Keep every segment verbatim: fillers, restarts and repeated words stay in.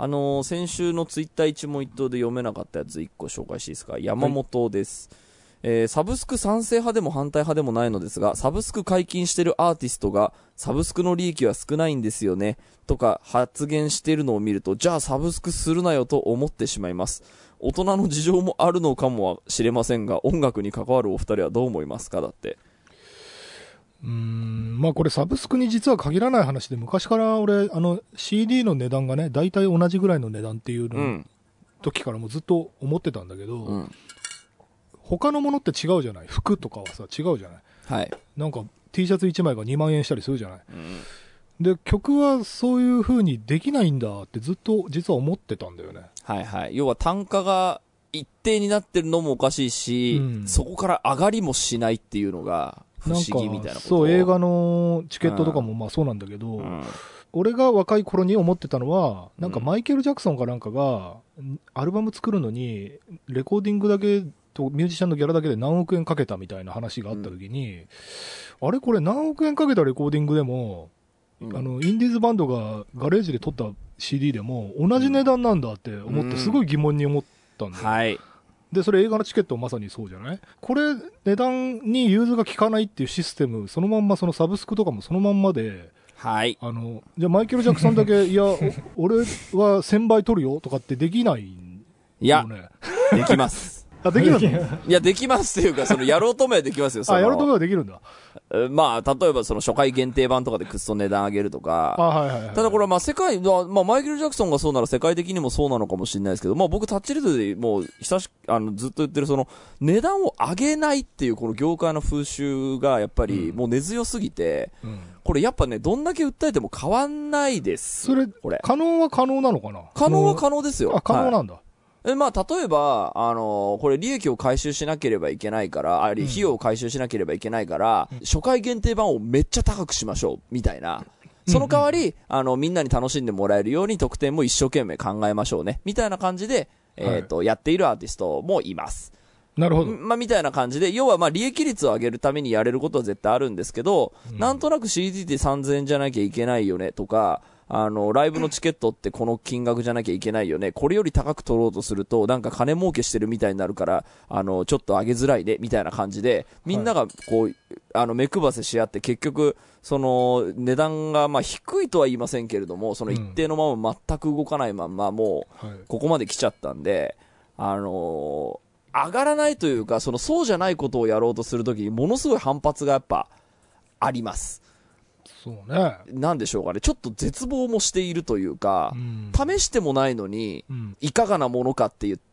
あのー、先週のツイッター一問一答で読めなかったやついっこ紹介していいですか。山本です。はい、えー、サブスク賛成派でも反対派でもないのですが、サブスク解禁してるアーティストがサブスクの利益は少ないんですよねとか発言してるのを見ると、じゃあサブスクするなよと思ってしまいます。大人の事情もあるのかもしれませんが、音楽に関わるお二人はどう思いますか。だってうーん、まあこれサブスクに実は限らない話で、昔から俺あの シーディー の値段がね大体同じぐらいの値段っていうの、うん、時からもずっと思ってたんだけど、うん、他のものって違うじゃない。服とかはさ違うじゃない。はい。なんか T シャツいちまいがにまんえんしたりするじゃない。うん、で曲はそういう風にできないんだってずっと実は思ってたんだよね。 はいはい。要は単価が一定になってるのもおかしいし、うん、そこから上がりもしないっていうのが不思議みたいなこと。 そう、映画のチケットとかもまあそうなんだけど、うん、俺が若い頃に思ってたのは、なんかマイケル・ジャクソンかなんかがアルバム作るのにレコーディングだけとミュージシャンのギャラだけで何億円かけたみたいな話があった時に、うん、あれこれ何億円かけたレコーディングでも、うん、あのインディーズバンドがガレージで撮った シーディー でも同じ値段なんだって思ってすごい疑問に思ったんだよ、うん、はい。でそれ映画のチケットまさにそうじゃない。これ値段に融通が効かないっていうシステム、そのまんまそのサブスクとかもそのまんまで、はい、あのじゃあマイケル・ジャクソンだけいや俺はせんばい取るよとかってできないんよね。 いやできますあ、できるんだ。いや、できますっていうか、その、やろうとめはできますよ。そのあ、やろうとめはできるんだ。 まあ、例えばその初回限定版とかでくっそ値段上げるとか。あ、はいはいはい。ただこれはまあ世界、まあマイケル・ジャクソンがそうなら世界的にもそうなのかもしれないですけど、まあ僕タッチレッドでもう久し、あの、ずっと言ってるその、値段を上げないっていうこの業界の風習がやっぱりもう根強すぎて、うん、これやっぱね、どんだけ訴えても変わんないです。 それ、これ。可能は可能なのかな。 可能は可能ですよ。 あ、可能なんだ。はい。 えまあ、例えば、あのー、これ利益を回収しなければいけないから、あり、費用を回収しなければいけないから、うん、初回限定版をめっちゃ高くしましょう、みたいな。その代わり、うんうん、あの、みんなに楽しんでもらえるように特典も一生懸命考えましょうね、みたいな感じで、えっと、はい、やっているアーティストもいます。 なるほど。 まあ、みたいな感じで、要はまあ、利益率を上げるためにやれることは絶対あるんですけど、うん、なんとなく シーディー でさんぜんえんじゃなきゃいけないよね、とか、あの、ライブのチケットってこの金額じゃなきゃいけないよね。これより高く取ろうとすると、なんか金儲けしてるみたいになるから、あの、ちょっと上げづらいね、みたいな感じで、みんながこう、はい、あの、目配せし合って結局、その、値段が、まあ、低いとは言いませんけれども、その一定のまま全く動かないまんま、もう、ここまで来ちゃったんで、あのー、上がらないというか、その、そうじゃないことをやろうとするときに、ものすごい反発がやっぱ、あります。 そうね。 なんでしょうかね。ちょっと絶望もしているというか、うん、試してもないのに、うん、いかがなものかって言って、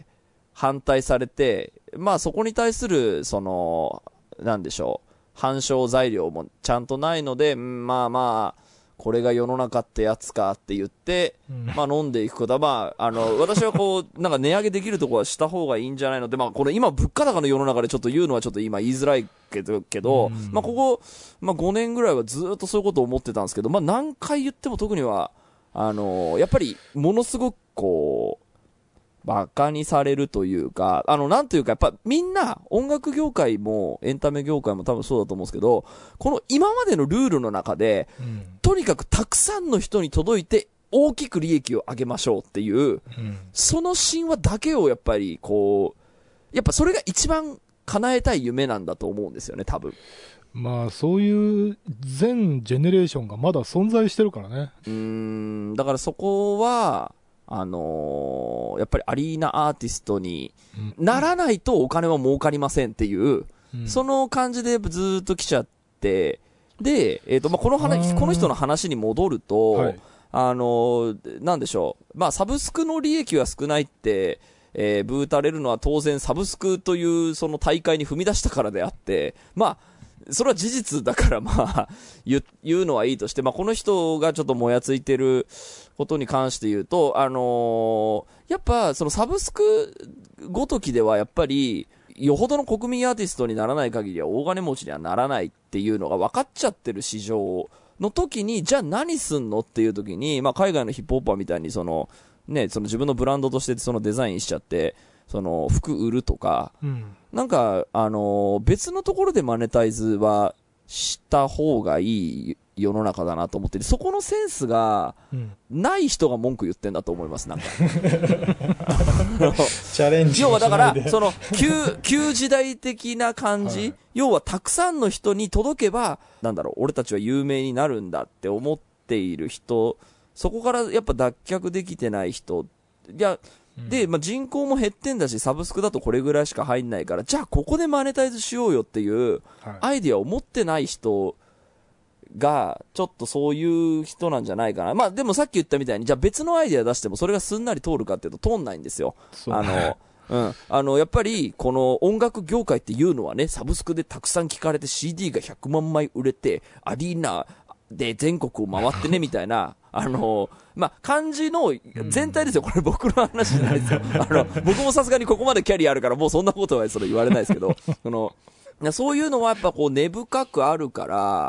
反対されて、まあそこに対する、その、なんでしょう、反証材料もちゃんとないので、うん、まあまあ、これが世の中ってやつかって言って、うん、まあ飲んでいくことは、まあ、あの、私はこう、なんか値上げできるところはした方がいいんじゃないので、まあこれ今物価高の世の中でちょっと言うのはちょっと今言いづらいけど、けど、うん、まあここ、まあごねんぐらいはずっとそういうことを思ってたんですけど、まあ何回言っても特には、あの、やっぱりものすごくこう、馬鹿にされるというか、あの、なんというか、やっぱみんな、音楽業界もエンタメ業界も多分そうだと思うんですけど、この今までのルールの中で、うん、とにかくたくさんの人に届いて、大きく利益を上げましょうっていう、うん、その神話だけをやっぱり、こう、やっぱそれが一番叶えたい夢なんだと思うんですよね、多分。 まあ、そういう全ジェネレーションがまだ存在してるからね。 うーん、だからそこは、あのー、やっぱりアリーナアーティストにならないとお金は儲かりませんっていう、うん、その感じでずーっと来ちゃって、で、えっと、まあ、この話、この人の話に戻ると、はい、あのー、なんでしょう、まあ、サブスクの利益は少ないって、えー、ブーたれるのは当然サブスクというその大会に踏み出したからであって、まあ、それは事実だからまあ言う、言うのはいいとして、まあこの人がちょっともやついてることに関して言うと、あのー、やっぱそのサブスクごときではやっぱり、よほどの国民アーティストにならない限りは大金持ちにはならないっていうのが分かっちゃってる市場の時に、じゃあ何すんのっていう時に、まあ海外のヒップホッパーみたいにその、ね、その自分のブランドとしてそのデザインしちゃって、その服売るとか、うん、なんかあのー、別のところでマネタイズはした方がいい世の中だなと思ってて、そこのセンスがない人が文句言ってんだと思います。なんかチャレンジ要はだからその旧旧時代的な感じ、はい、要はたくさんの人に届けばなんだろう、俺たちは有名になるんだって思っている人、そこからやっぱ脱却できてない人、いやで、まあ、人口も減ってんだし、サブスクだとこれぐらいしか入んないから、じゃあここでマネタイズしようよっていうアイディアを持ってない人がちょっとそういう人なんじゃないかな。まあでもさっき言ったみたいに、じゃあ別のアイディア出してもそれがすんなり通るかっていうと通んないんですよ。あのうん、あのやっぱりこの音楽業界っていうのはね、サブスクでたくさん聴かれて シーディー がひゃくまんまい売れてアリーナで全国を回ってねみたいなあのまあ、感じの全体ですよ。これ僕の話じゃないですよ。あの僕もさすがにここまでキャリアあるからもうそんなことはそれ言われないですけどそのそういうのはやっぱこう根深くあるから、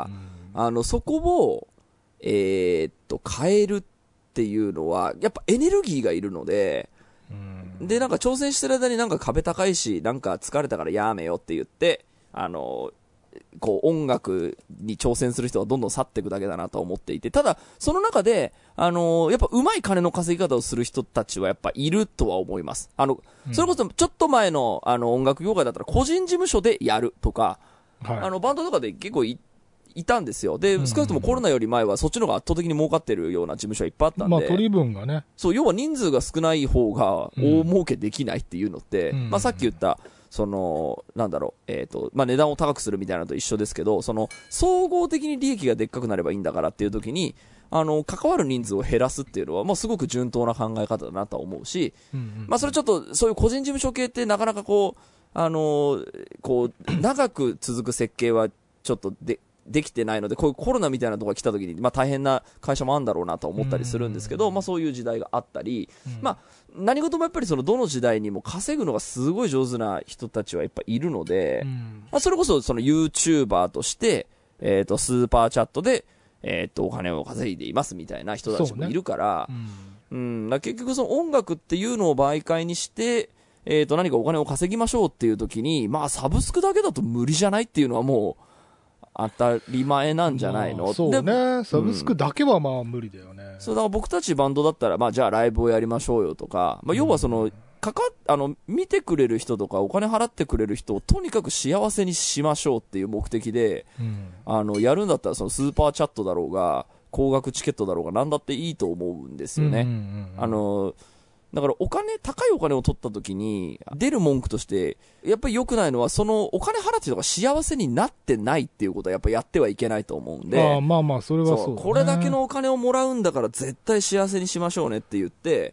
あのそこを、えー、っと変えるっていうのはやっぱエネルギーがいるので、でなんか挑戦してる間になんか壁高いしなんか疲れたからやめよって言ってあのこう音楽に挑戦する人はどんどん去っていくだけだなと思っていて、ただその中であのー、やっぱ上手い金の稼ぎ方をする人たちはやっぱいるとは思います。あの、うん、それこそちょっと前のあの音楽業界だったら個人事務所でやるとか、はい、あのバンドとかで結構 い, いたんですよ。で、少なくともコロナより前はそっちの方が圧倒的に儲かってるような事務所はいっぱいあったんで、 まあ取り分がね、 そう要は人数が少ない方が大儲けできないっていうのって、うん、まあさっき言ったそのなんだろう、えーとまあ、値段を高くするみたいなのと一緒ですけど、その総合的に利益がでっかくなればいいんだからっていう時にあの関わる人数を減らすっていうのは、まあ、すごく順当な考え方だなとは思うし、うんうんまあ、それちょっとそういう個人事務所系ってなかなかこう、あのー、こう長く続く設計はちょっとでできてないので、こういうコロナみたいなところが来た時に、まあ、大変な会社もあるんだろうなと思ったりするんですけど、まあ、そういう時代があったり、まあ、何事もやっぱりそのどの時代にも稼ぐのがすごい上手な人たちはやっぱいるので、まあ、それこそその YouTuber として、えーと、スーパーチャットで、えーと、お金を稼いでいますみたいな人たちもいるから、そうね、うん、だから結局その音楽っていうのを媒介にして、えーと、何かお金を稼ぎましょうっていう時に、まあ、サブスクだけだと無理じゃないっていうのはもう、当たり前なんじゃないの、まあ、 そうね、サブスクだけはまあ無理だよね、うん、 そうだから僕たちバンドだったら、まあ、じゃあライブをやりましょうよとか、まあ、要はそのかかあの見てくれる人とかお金払ってくれる人をとにかく幸せにしましょうっていう目的で、うん、あのやるんだったらそのスーパーチャットだろうが高額チケットだろうが何だっていいと思うんですよね、うんうんうんうん、あのだからお金高いお金を取った時に出る文句としてやっぱり良くないのはそのお金払ってる人が幸せになってないっていうことはやっぱやってはいけないと思うんで、 あまあまあそれはそうだね、 これだけのお金をもらうんだから絶対幸せにしましょうねって言って、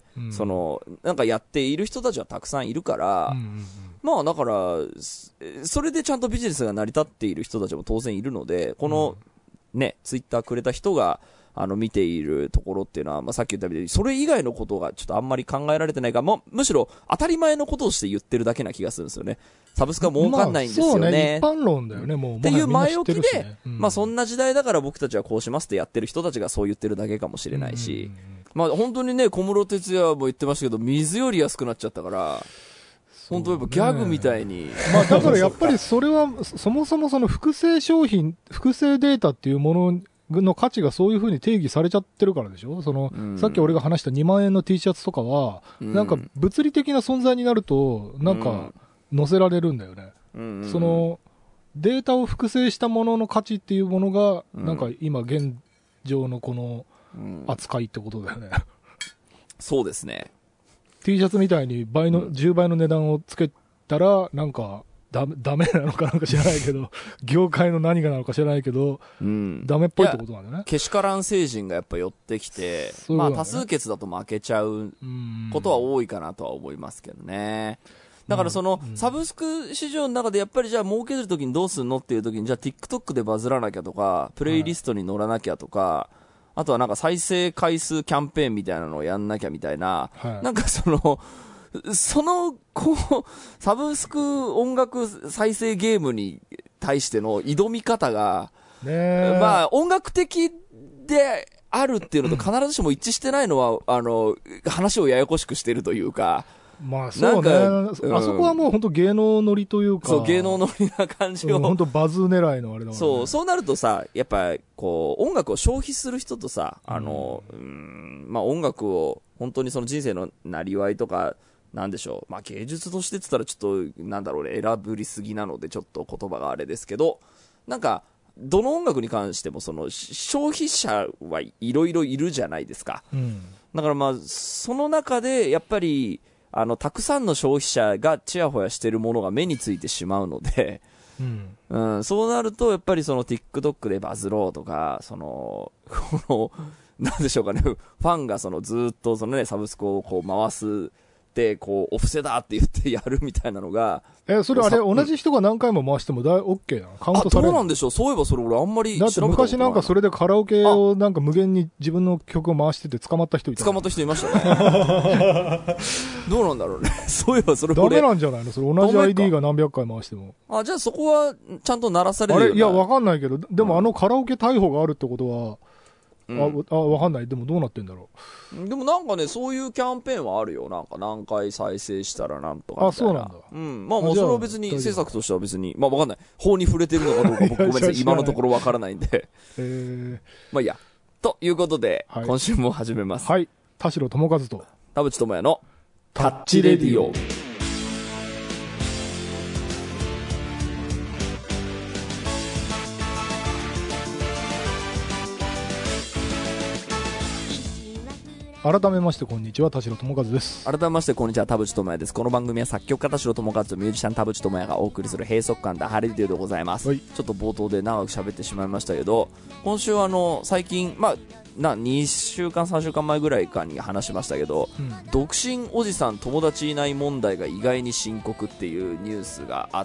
うん、そのなんかやっている人たちはたくさんいるから、うんうんうん、まあだからそれでちゃんとビジネスが成り立っている人たちも当然いるので、このねツイッターくれた人があの見ているところっていうのは、まあ、さっき言ったみたいにそれ以外のことがちょっとあんまり考えられてないから、まあ、むしろ当たり前のことをして言ってるだけな気がするんですよね。サブスクは儲かんないんですよね、まあ、そうね、 一般論だよね、もうっていう前置きで、うん、まあそんな時代だから僕たちはこうしますってやってる人たちがそう言ってるだけかもしれないし、うんうんうん、まあ本当にね小室哲哉も言ってましたけど水より安くなっちゃったから本当やっぱギャグみたいに、 まあだからやっぱりそれはそもそもその複製商品複製データっていうものの価値がそういう風に定義されちゃってるからでしょ。その、うん、さっき俺が話したにまんえんの T シャツとかは、うん、なんか物理的な存在になるとなんか載せられるんだよね、うん、そのデータを複製したものの価値っていうものが、うん、なんか今現状のこの扱いってことだよね、うん、 そうですね。 T シャツみたいに倍の、うん、じゅうばいの値段をつけたらなんかダメ、ダメなのかなんか知らないけど業界の何がなのか知らないけど、うん、ダメっぽいってことなんだよね。 けしからん星人がやっぱ寄ってきて、ね、まあ多数決だと負けちゃうことは多いかなとは思いますけどね。だからその、うん、サブスク市場の中でやっぱりじゃあ儲けるときにどうすんのっていうときにじゃあ TikTok でバズらなきゃとかプレイリストに乗らなきゃとか、はい、あとはなんか再生回数キャンペーンみたいなのをやんなきゃみたいな、はい、なんかそのそのこうサブスク音楽再生ゲームに対しての挑み方が、ね、まあ音楽的であるっていうのと必ずしも一致してないのはあの話をややこしくしてるというか、 まあそうね、うん、あそこはもう本当芸能ノリというか、 そう芸能ノリな感じを、うん、 本当バズ狙いのあれだから、ね、 そうそうなるとさ、やっぱこう音楽を消費する人とさ、あの、うん、まあ音楽を本当にその人生のなりわいとかなんでしょう、まあ芸術としてって言ったらちょっとなんだろうね、選ぶりすぎなのでちょっと言葉があれですけど、なんかどの音楽に関してもその消費者はいろいろいるじゃないですか、うん、だからまあその中でやっぱりあのたくさんの消費者がちやほやしてるものが目についてしまうので、うんうん、そうなるとやっぱりその TikTok でバズろうとか、そのこのなんでしょうかね、ファンがそのずっとそのねサブスクをこう回すでこうお布施だって言ってやるみたいなのが、 えそれあれ同じ人が何回も回してもだ OK なの？カウントされる？ あ、どうなんでしょう。そういえばそれ俺あんまりだって昔なんかそれでカラオケをなんか無限に自分の曲を回してて捕まった人いた。 捕まった人いましたね。どうなんだろうね。そういえばそれ俺ダメなんじゃないの？それ同じ アイディー が何百回回しても。 あ、じゃあそこはちゃんと鳴らされるような。 あれいやわかんないけど、でもあのカラオケ逮捕があるってことは。うん、ああ分かんない。でもどうなってんだろう。でもなんかね、そういうキャンペーンはあるよ。なんか何回再生したらなんとかみたいな。 あ、そうなんだ。 うん。まあもうそれは別に政策としては別に、まあ分かんない。法に触れてるのかどうか僕ごめんなさい。今のところ分からないんで。えまあいいや。ということで、はい、今週も始めます。 はい。田代智和と田淵智也のタッチレディオ。 改めましてこんにちは、田代智和です。 改めましてこんにちは、田淵智也です。この番組は作曲家田代智和とミュージシャン田淵智也がお送りする閉塞感ダハレディオでございます、はい、ちょっと冒頭で長く喋ってしまいましたけど、今週はあの最近まあなにしゅうかんさんしゅうかんまえぐらいかに話しましたけど、うん、独身おじさん友達いない問題が意外に深刻っていうニュースがあって、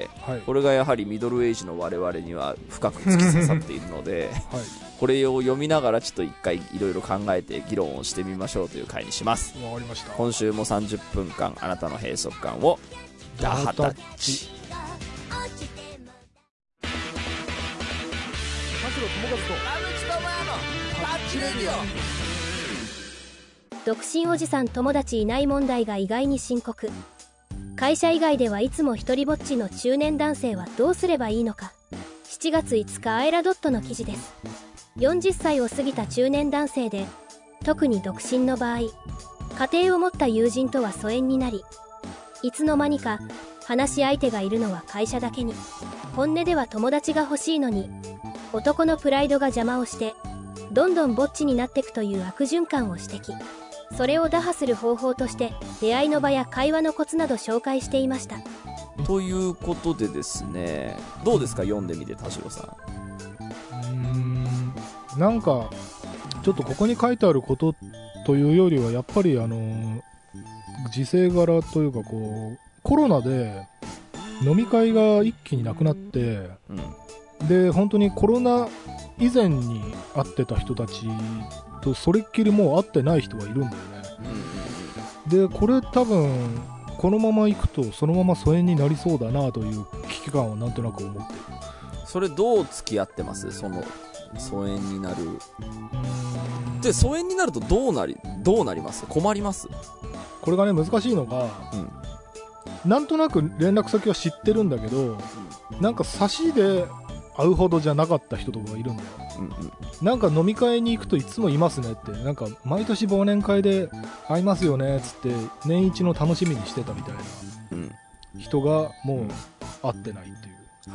はい、これがやはりミドルエイジの我々には深く突き刺さっているので、はい、これを読みながらちょっと一回いろいろ考えて議論をしてみましょうという回にします。 わかりました。 今週もさんじゅっぷんかんあなたの閉塞感をダハタッチ。田代智和と田淵智也のタッチレディオ。独身おじさん友達いない問題が意外に深刻。会社以外ではいつも一人ぼっちの中年男性はどうすればいいのか。しちがついつかアイラドットの記事です。よんじゅっさいを過ぎた中年男性で、特に独身の場合、家庭を持った友人とは疎遠になり、いつの間にか話し相手がいるのは会社だけに、本音では友達が欲しいのに、男のプライドが邪魔をして、どんどんぼっちになっていくという悪循環を指摘。それを打破する方法として、出会いの場や会話のコツなど紹介していました。 ということでですね、どうですか、読んでみて田代さん。 うーん、なんかちょっとここに書いてあることというよりはやっぱりあの時勢柄というか、こうコロナで飲み会が一気になくなって、うん、で本当にコロナ以前に会ってた人たちとそれっきりもう会ってない人がいるんだよね、うん、でこれ多分このまま行くとそのまま疎遠になりそうだなという危機感をなんとなく思っている。 それどう付き合ってます？その疎遠になるで、疎遠になるとどうなりどうなります？困ります？ これがね難しいのが、うん、なんとなく連絡先は知ってるんだけど、うん、なんか差しで会うほどじゃなかった人とかがいるんだよ、うんうん、なんか飲み会に行くといつもいますねって、なんか毎年忘年会で会いますよねっつって年一の楽しみにしてたみたいな人がもう会ってないっていう、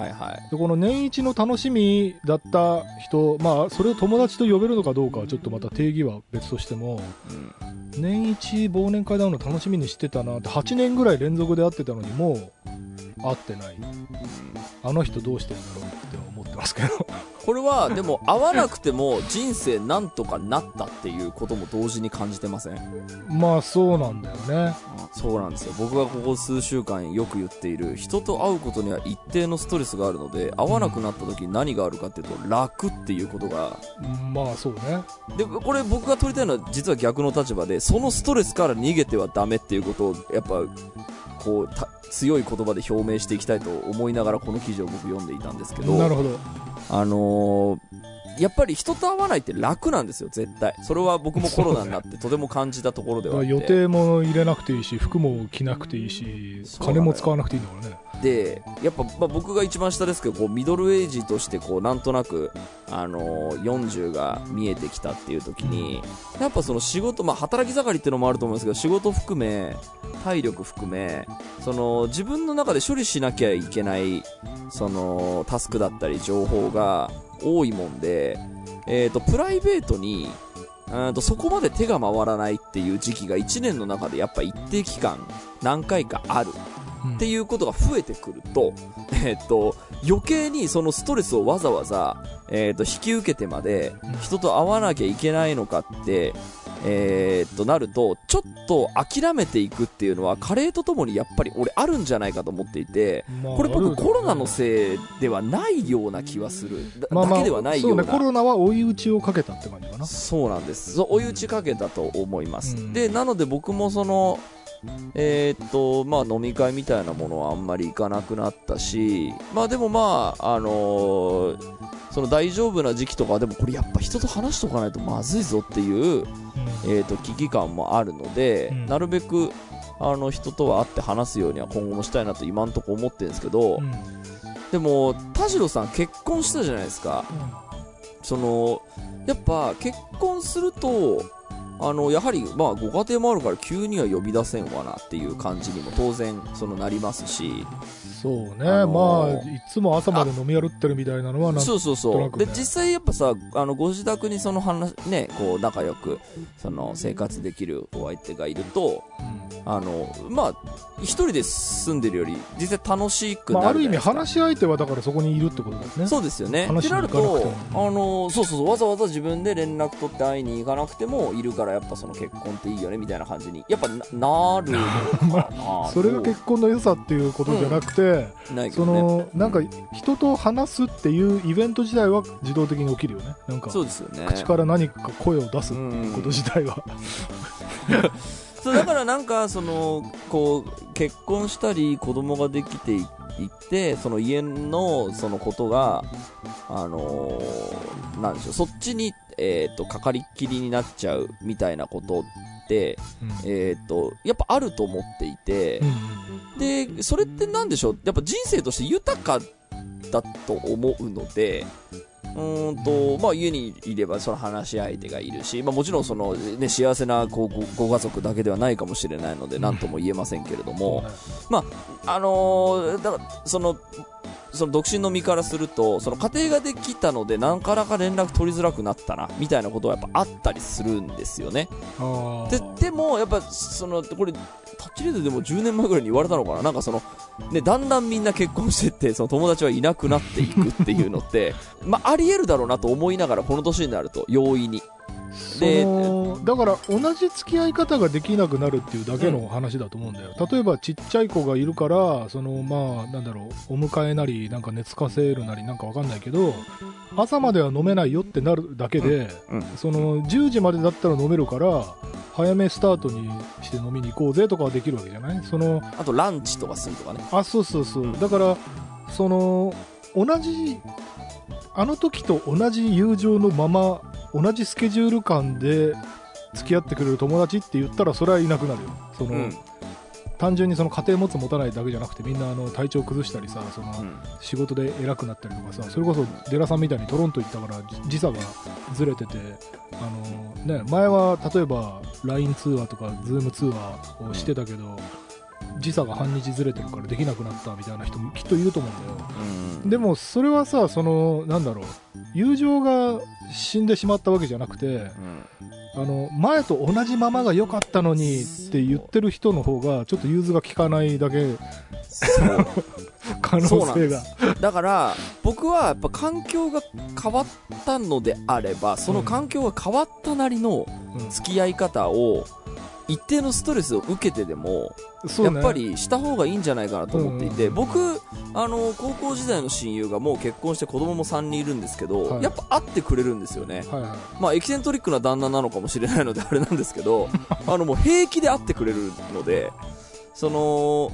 はいはい、 でこの年一の楽しみだった人、まあそれを友達と呼べるのかどうかはちょっとまた定義は別としても、うん、年一忘年会で会うの楽しみにしてたなってはちねんぐらい連続で会ってたのにもう会ってない、うん、あの人どうしてるんだろうって思ってますけどこれはでも会わなくても人生なんとかなったっていうことも同時に感じてません？ まあそうなんだよね。 そうなんですよ。僕がここ数週間よく言っている、人と会うことには一定のストレスがあるので、会わなくなった時に何があるかっていうと、楽っていうことが、 うん、まあそうね。 でこれ僕が取りたいのは実は逆の立場で、そのストレスから逃げてはダメっていうことをやっぱこうた強い言葉で表明していきたいと思いながらこの記事を僕読んでいたんですけど、 なるほど。 あのー、 やっぱり人と会わないって楽なんですよ、絶対。それは僕もコロナになってとても感じたところではあって。 予定も入れなくていいし、服も着なくていいし、金も使わなくていいんだからね。 で、やっぱ、まあ、僕が一番下ですけど、こうミドルエイジとしてこうなんとなく、あのー、よんじゅうが見えてきたっていう時に、やっぱその仕事、まあ、働き盛りっていうのもあると思うんですけど、仕事含め体力含め、その自分の中で処理しなきゃいけないそのタスクだったり情報が多いもんで、えーとプライベートにうんとそこまで手が回らないっていう時期がいちねんの中でやっぱ一定期間何回かあるっていうことが増えてくると、えーと余計にそのストレスをわざわざ、えーと引き受けてまで人と会わなきゃいけないのかってえー、っとなるとちょっと諦めていくっていうのは加齢とともにやっぱり俺あるんじゃないかと思っていて、まあ、これ僕コロナのせいではないような気はする、だ、まあまあ、だけではないような。 そうね、コロナは追い打ちをかけたって感じかな。 そうなんです。そう追い打ちかけたと思います、うん、でなので僕もそのえー、っとまあ飲み会みたいなものはあんまり行かなくなったし、まあでもまああのー、その大丈夫な時期とかでもこれやっぱ人と話しとかないとまずいぞっていう、うん、えー、と危機感もあるので、うん、なるべくあの人とは会って話すようには今後もしたいなと今のところ思ってるんですけど、うん、でも田代さん結婚したじゃないですか、うん、そのやっぱ結婚するとあのやはりまあご家庭もあるから急には呼び出せんわなっていう感じにも当然そのなりますし、 そうね、あのー、まあいつも朝まで飲み歩ってるみたいなのはなんとなく、ね、 そうそうそうで実際やっぱさあのご自宅にその話ねこう仲良くその生活できるお相手がいると、うん、あのまあ一人で住んでるより実際楽しくなるじゃないですか、まあ、ある意味話し相手はだからそこにいるってことですね。 そうですよね。ってなるとあのそうそうそうわざわざ自分で連絡取って会いに行かなくてもいるからやっぱその結婚っていいよねみたいな感じにやっぱ な, なるのかなそれが結婚の良さっていうことじゃなくて、うんないけどね、そのなんか人と話すっていうイベント自体は自動的に起きるよね。なんかそうですよね。 口から何か声を出すっていうこと自体はそうだからなんかそのこう結婚したり子供ができていってその家のそのことがあのー、なんでしょうそっちにえっとかかりっきりになっちゃうみたいなことって、うん、えっとやっぱあると思っていて、うん、でそれってなんでしょうやっぱ人生として豊かだと思うのでうーんとまあ家にいればその話し相手がいるし、まあ、もちろんその、ね、幸せなこう ご, ご家族だけではないかもしれないので何とも言えませんけれども、うん、まああのー、だからそのその独身の身からするとその家庭ができたのでなかなか連絡取りづらくなったなみたいなことはやっぱあったりするんですよね。で, でもやっぱそのこれタッチレードでもじゅうねんまえぐらいに言われたのかななんかその、ね、だんだんみんな結婚してってその友達はいなくなっていくっていうのってまあありえるだろうなと思いながらこの年になると容易にでだから同じ付き合い方ができなくなるっていうだけの話だと思うんだよ、うん、例えばちっちゃい子がいるからそのまあなんだろうお迎えなりなんか寝つかせるなりなんかわかんないけど朝までは飲めないよってなるだけで、うんうん、そのじゅうじまでだったら飲めるから早めスタートにして飲みに行こうぜとかはできるわけじゃない。そのあとランチとかするとかね。 あそうそうそう、うん、だからその同じあの時と同じ友情のまま同じスケジュール感で付き合ってくれる友達って言ったらそれはいなくなるよ。その、うん、単純にその家庭持つ持たないだけじゃなくてみんなあの体調崩したりさその、うん、仕事で偉くなったりとかさそれこそデラさんみたいにトロント行ったから時差がずれててあの、ね、前は例えば ライン 通話とか Zoom 通話をしてたけど、うん時差が半日ずれてるからできなくなったみたいな人もきっといると思うんだよ、うん、でもそれはさそのなんだろう友情が死んでしまったわけじゃなくて、うん、あの前と同じままが良かったのにって言ってる人の方がちょっと融通が利かないだけ可能性がだから僕はやっぱ環境が変わったのであればその環境が変わったなりの付き合い方を一定のストレスを受けてでも、ね、やっぱりした方がいいんじゃないかなと思っていて、うん、僕あの高校時代の親友がもう結婚して子供もさんにんいるんですけど、はい、やっぱ会ってくれるんですよね、はいはい、まあエキセントリックな旦那なのかもしれないのであれなんですけどあのもう平気で会ってくれるのでその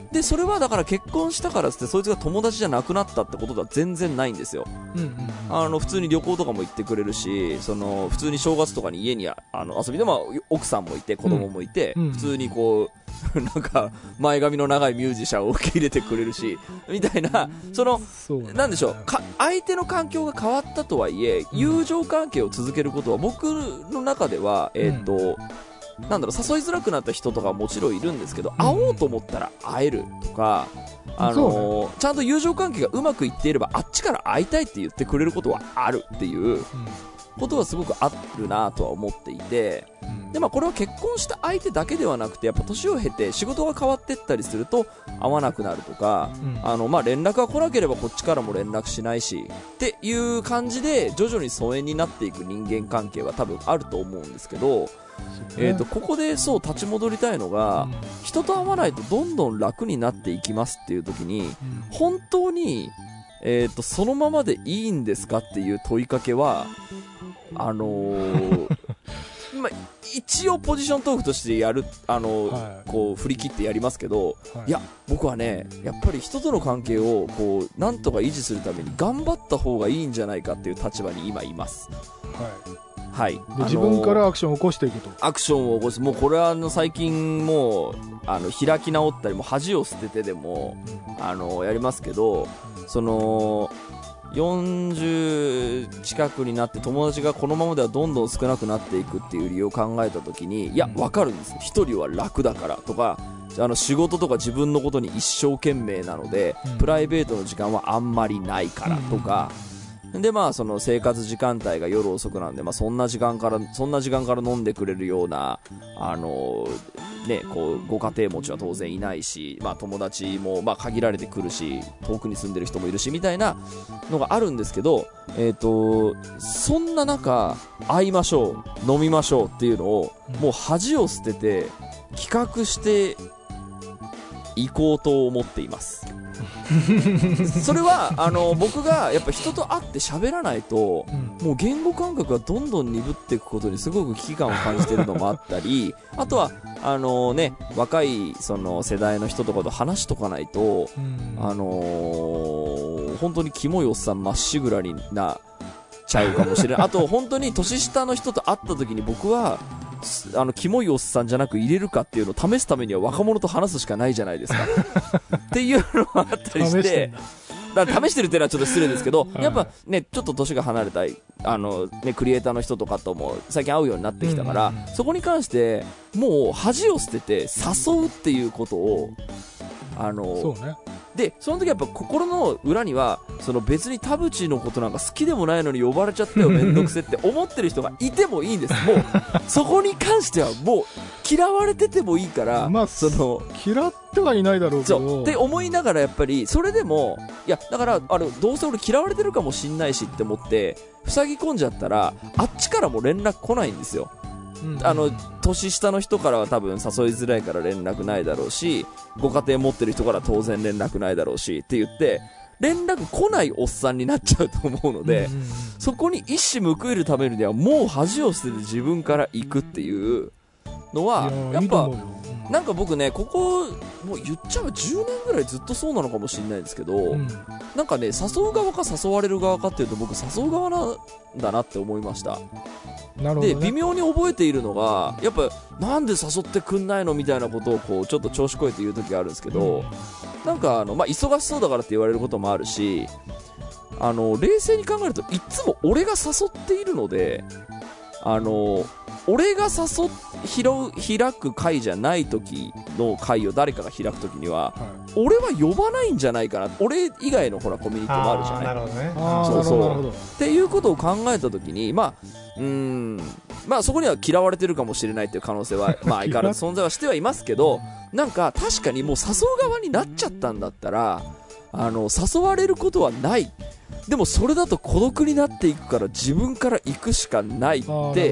でそれはだから結婚したからっつってそいつが友達じゃなくなったってことでは全然ないんですよ、うんうんうん、あの普通に旅行とかも行ってくれるし、その普通に正月とかに家にあの遊びで、まあ、奥さんもいて子供もいて、うん、普通にこうなんか前髪の長いミュージシャンを受け入れてくれるしみたいな、そのそうなんでしょうか、相手の環境が変わったとはいえ友情関係を続けることは僕の中では、えーっとうんなんだろう誘いづらくなった人とかはもちろんいるんですけど、会おうと思ったら会えるとか、あのー、ちゃんと友情関係がうまくいっていればあっちから会いたいって言ってくれることはあるっていうことはすごくあるなとは思っていて、で、まあ、これは結婚した相手だけではなくてやっぱ年を経て仕事が変わっていったりすると会わなくなるとか、あのまあ連絡が来なければこっちからも連絡しないしっていう感じで徐々に疎遠になっていく人間関係は多分あると思うんですけど、えー、とここでそう立ち戻りたいのが、うん、人と会わないとどんどん楽になっていきますっていう時に、うん、本当に、えー、とそのままでいいんですかっていう問いかけはあのーまあ、一応ポジショントークとしてやる、あのーはい、こう振り切ってやりますけど、はい、いや僕はねやっぱり人との関係をこうなんとか維持するために頑張った方がいいんじゃないかっていう立場に今います。はいはい、 で自分からアクションを起こしていくと、 アクションを起こす、もうこれはあの最近もうあの開き直ったりも恥を捨ててでも、うん、あのやりますけど、うん、そのよんじゅう近くになって友達がこのままではどんどん少なくなっていくっていう理由を考えた時に、いや分かるんです、一人は楽だからとか、あの仕事とか自分のことに一生懸命なので、うん、プライベートの時間はあんまりないからとか、うん、でまあその生活時間帯が夜遅くなんで、まあ、そんな時間からそんな時間から飲んでくれるようなあのねこうご家庭持ちは当然いないし、まあ、友達もまあ限られてくるし遠くに住んでる人もいるしみたいなのがあるんですけど、えーとそんな中会いましょう飲みましょうっていうのをもう恥を捨てて企画していこうと思っていますそれはあの僕がやっぱ人と会って喋らないと、うん、もう言語感覚がどんどん鈍っていくことにすごく危機感を感じているのもあったりあとはあの、ね、若いその世代の人とかと話しとかないと、うん、あのー、本当にキモいおっさんまっしぐらになちゃうかもしれないあと本当に年下の人と会った時に僕はあのキモいおっさんじゃなく入れるかっていうのを試すためには若者と話すしかないじゃないですかっていうのがあったりしてだから試してるっていうのはちょっと失礼ですけど、やっぱねちょっと年が離れたあの、ね、クリエイターの人とかとも最近会うようになってきたから、うんうんうん、そこに関してもう恥を捨てて誘うっていうことをあのそうねでその時やっぱ心の裏にはその別に田淵のことなんか好きでもないのに呼ばれちゃったよめんどくせって思ってる人がいてもいいんです。もうそこに関してはもう嫌われててもいいから、 まあ、その嫌ってはいないだろうけどそうって思いながらやっぱりそれでもいやだからあれどうせ俺嫌われてるかもしんないしって思って塞ぎ込んじゃったらあっちからも連絡来ないんですよ。あの年下の人からは多分誘いづらいから連絡ないだろうしご家庭持ってる人から当然連絡ないだろうしって言って連絡来ないおっさんになっちゃうと思うので、うんうんうん、そこに一矢報いるためにはもう恥を捨てて自分から行くっていうのはやっぱなんか僕ねここもう言っちゃえばじゅうねんぐらいずっとそうなのかもしれないですけど、うん、なんかね誘う側か誘われる側かっていうと僕誘う側なんだなって思いました。 なるほどね、 で微妙に覚えているのがやっぱなんで誘ってくんないのみたいなことをこうちょっと調子こえて言う時があるんですけど、うん、なんかあの、まあ、忙しそうだからって言われることもあるしあの冷静に考えるといつも俺が誘っているのであの俺が誘っ拾う開く会じゃない時の会を誰かが開く時には、はい、俺は呼ばないんじゃないかな俺以外のほらコミュニティもあるじゃない。 なるほどね。 そうそうっていうことを考えた時にまあうーんまあそこには嫌われてるかもしれないっていう可能性はまあ相変わらず存在はしてはいますけどなんか確かにもう誘う側になっちゃったんだったらあの誘われることはない。でもそれだと孤独になっていくから自分から行くしかないって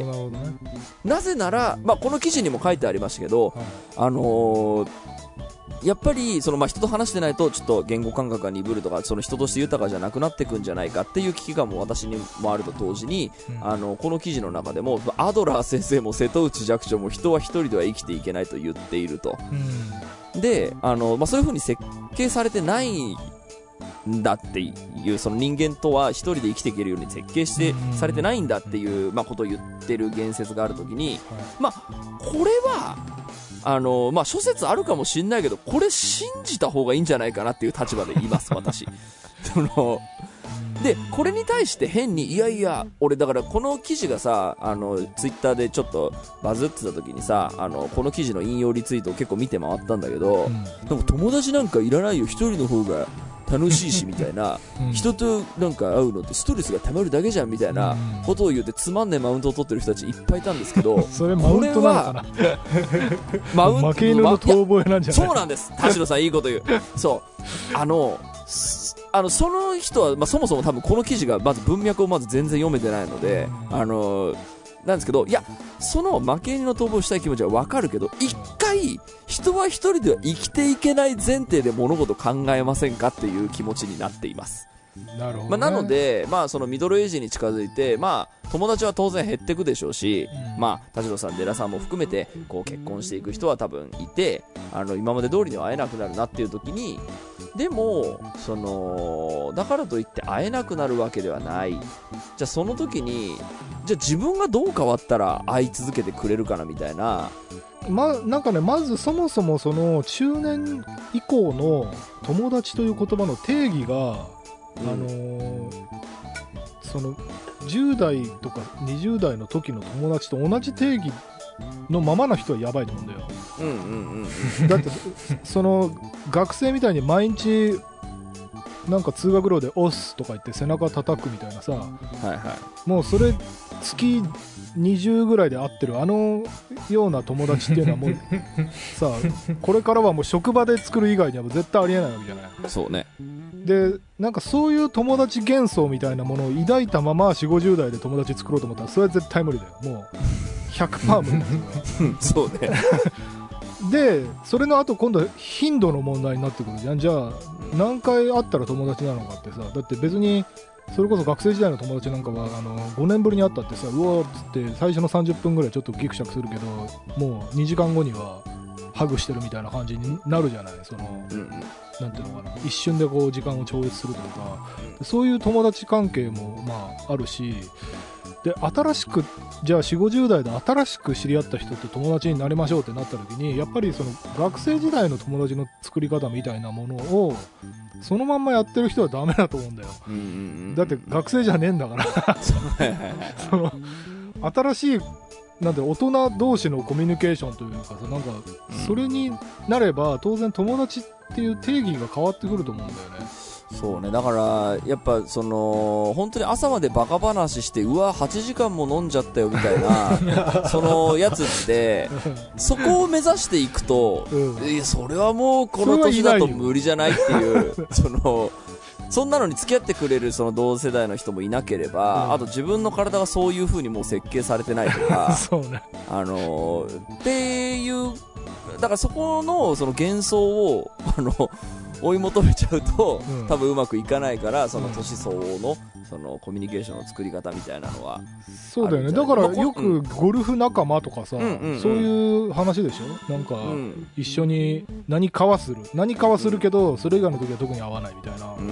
な,、ね、なぜなら、まあ、この記事にも書いてありましたけど、はい、あのー、 やっぱりそのまあ人と話してないとちょっと言語感覚が鈍るとか、その人として豊かじゃなくなってくんじゃないかっていう危機感も私にもあると同時に、うん、あのこの記事の中でもアドラー先生も瀬戸内寂聴も人は一人では生きていけないと言っていると、うん、であの、まあ、そういう風に設計されてないんだっていう、その人間とは一人で生きていけるように設計してされてないんだっていう、まあ、ことを言ってる言説があるときに、まあ、これはあのまあ、諸説あるかもしれないけど、これ信じた方がいいんじゃないかなっていう立場で言います私そのでこれに対して変にいやいや俺だからこの記事がさ、あのツイッターでちょっとバズってた時にさ、あのこの記事の引用リツイートを結構見て回ったんだけど、うん、なんか友達なんかいらないよ、一人の方が楽しいしみたいな、うん、人となんか会うのってストレスが溜まるだけじゃんみたいなことを言ってつまんねえマウントを取ってる人たちいっぱいいたんですけどそれマウントなのかなマウント、 負け犬の遠吠えなんじゃない、 そうなんです、田代さんいいこと言うそうあのあのその人は、まあ、そもそも多分この記事がまず文脈をまず全然読めてないので、あのなんですけど、いやその負け犬の逃亡したい気持ちは分かるけど、一回人は一人では生きていけない前提で物事を考えませんかっていう気持ちになっています。 なるほどね。 まあ、なので、まあ、そのミドルエイジに近づいて、まあ、友達は当然減っていくでしょうし、うん、まあ、田代さん、デラさんも含めてこう結婚していく人は多分いて、あの今まで通りには会えなくなるなっていう時に、でもそのだからといって会えなくなるわけではない。じゃあその時にじゃあ自分がどう変わったら会い続けてくれるかなみたいな。 ま、なんかね、まずそもそもその中年以降の友達という言葉の定義が、うん、あのー、そのじゅう代とかにじゅう代の時の友達と同じ定義のままの人はやばいと思うんだよ。 うんうんうん、 だってその学生みたいに毎日なんか通学路で押すとか言って背中叩くみたいなさ、 はいはい、 もうそれ月にじゅうぐらいで会ってるあのような友達っていうのはもうさあこれからはもう職場で作る以外にはもう絶対ありえないわけじゃない。 そうね。 でなんかそういう友達幻想みたいなものを抱いたまま よんじゅうごじゅう代で友達作ろうと思ったらそれは絶対無理だよ。もう ひゃくパーセント 無理ですそうねでそれの後今度は頻度の問題になってくるじゃん。じゃあ何回会ったら友達なのかってさ、だって別にそれこそ学生時代の友達なんかはあのごねんぶりに会ったってさ、うわーっつって最初のさんじゅっぷんぐらいちょっとギクシャクするけど、もうにじかんごにはハグしてるみたいな感じになるじゃない。その、うんうん、なんていうのかな、一瞬でこう時間を超越するというか、そういう友達関係もまああるし、で新しくじゃあ よんじゅうごじゅう代で新しく知り合った人と友達になりましょうってなった時に、やっぱりその学生時代の友達の作り方みたいなものをそのまんまやってる人はダメだと思うんだよ、うんうんうん、だって学生じゃねえんだからその新しいなんて大人同士のコミュニケーションというかさ、なんかそれになれば当然友達っていう定義が変わってくると思うんだよね。 そうね、だからやっぱその本当に朝までバカ話してうわはちじかんも飲んじゃったよみたいなそのやつってそこを目指していくと、うん、いやそれはもうこの年だと無理じゃないっていうそのそんなのに付き合ってくれるその同世代の人もいなければ、うん、あと自分の体がそういう風にもう設計されてないとかそうね、 あのっていうだからそこのその幻想をあの追い求めちゃうと、うん、多分うまくいかないから、その年相応のそのコミュニケーションの作り方みたいなのはそうだよね。だからよくゴルフ仲間とかさ、うん、そういう話でしょ。なんか一緒に何かはする何かはするけどそれ以外の時は特に会わないみたいな、うん、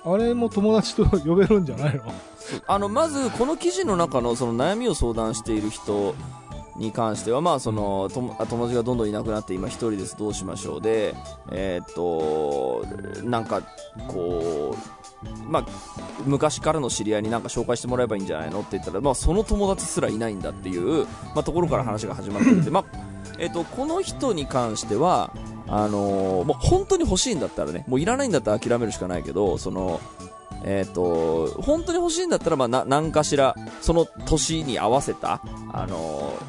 あれも友達と呼べるんじゃないの。 あのまずこの記事の中のその悩みを相談している人に関しては、まあ、その友達がどんどんいなくなって今一人ですどうしましょうで、えー、っとなんかこう、まあ、昔からの知り合いになんか紹介してもらえばいいんじゃないのって言ったら、まあ、その友達すらいないんだっていう、まあ、ところから話が始まっていて、まあえー、っとこの人に関してはあのー、もう本当に欲しいんだったらね、もういらないんだったら諦めるしかないけど、そのえー、と本当に欲しいんだったら、まあ、な何かしらその年に合わせた、あのー、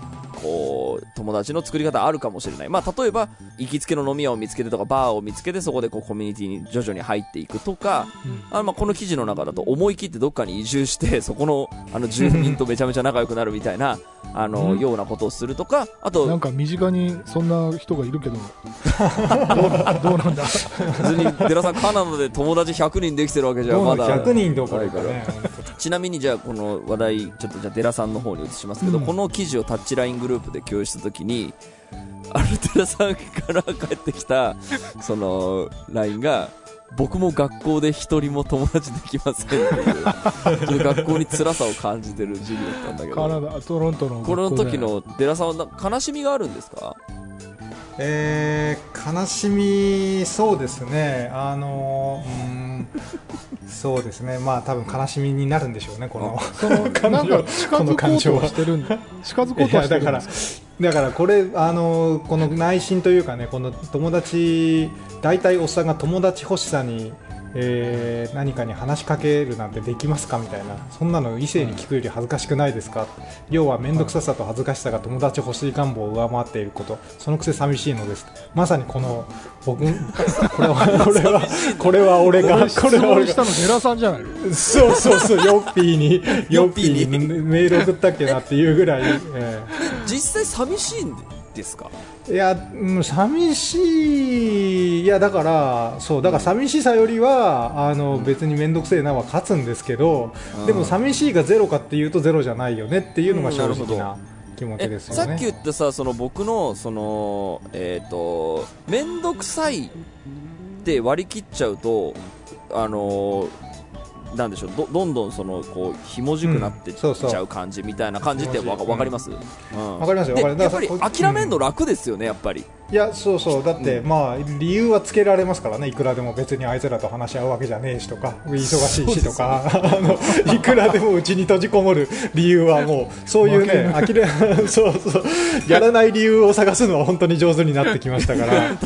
こう友達の作り方あるかもしれない。まあ例えば行きつけの飲み屋を見つけてとかバーを見つけてそこでこうコミュニティに徐々に入っていくとか、うん、あのまあこの記事の中だと思い切ってどっかに移住してそこのあの住民とめちゃめちゃ仲良くなるみたいなあの、うん、ようなことをするとか、あとなんか身近にそんな人がいるけどどう、どうなんだ別に寺さんカナダで友達ひゃくにんできてるわけじゃまだひゃくにんどころかね。 ちなみにじゃあこの話題ちょっとじゃあ寺さんの方に移しますけど、うん、この記事をタッチライングループで共有したときにある寺さんから返ってきたその ライン が僕も学校で一人も友達できませんっていう学校に辛さを感じてる授業だったんだけど、 カナダトロントのこの時の寺さんは悲しみがあるんですか？ えー、悲しみ、そうですね、あのー、うーんそうですね、まあ多分悲しみになるんでしょうね、このそのなんか近づこうとしてるんだ近づこうとしてるんですか？ だからこれあのこの内心というかね、この友達大体おっさんが友達欲しさに、えー、何かに話しかけるなんてできますかみたいな、そんなの異性に聞くより恥ずかしくないですか、うん、要は面倒くささと恥ずかしさが友達欲しい願望を上回っていること、そのくせ寂しいのです。まさにこの僕これはこれはこれは俺がこれは俺がしたの寺さんじゃないの？ そうそうそう、ヨッピーにヨッピーにメール送ったっけなっていうぐらい、えー、実際寂しいんですか？ いや、うん、寂しい、いやだからそうだから寂しさよりはあの別に面倒くせえなは勝つんですけど、うん、でも寂しいがゼロかっていうとゼロじゃないよねっていうのが正直な気持ちですよね。 さっき言ったさ、その僕のそのえっと面倒くさいって割り切っちゃうとあのなんでしょう ど, どんどんそのこうひもじくなってっちゃう感じみたいな感じってわ、うん、かります？わ、 うん、かりますよ。 やっぱり諦めるの楽ですよね、やっぱり。 いやそうそう、だって、うん、まあ理由はつけられますからね、いくらでも。別にあいつらと話し合うわけじゃねえしとか、忙しいしとか、あのいくらでもうちに閉じこもる理由はもうそういうね、あきれそうそうやらない理由を探すのは本当に上手になってきましたから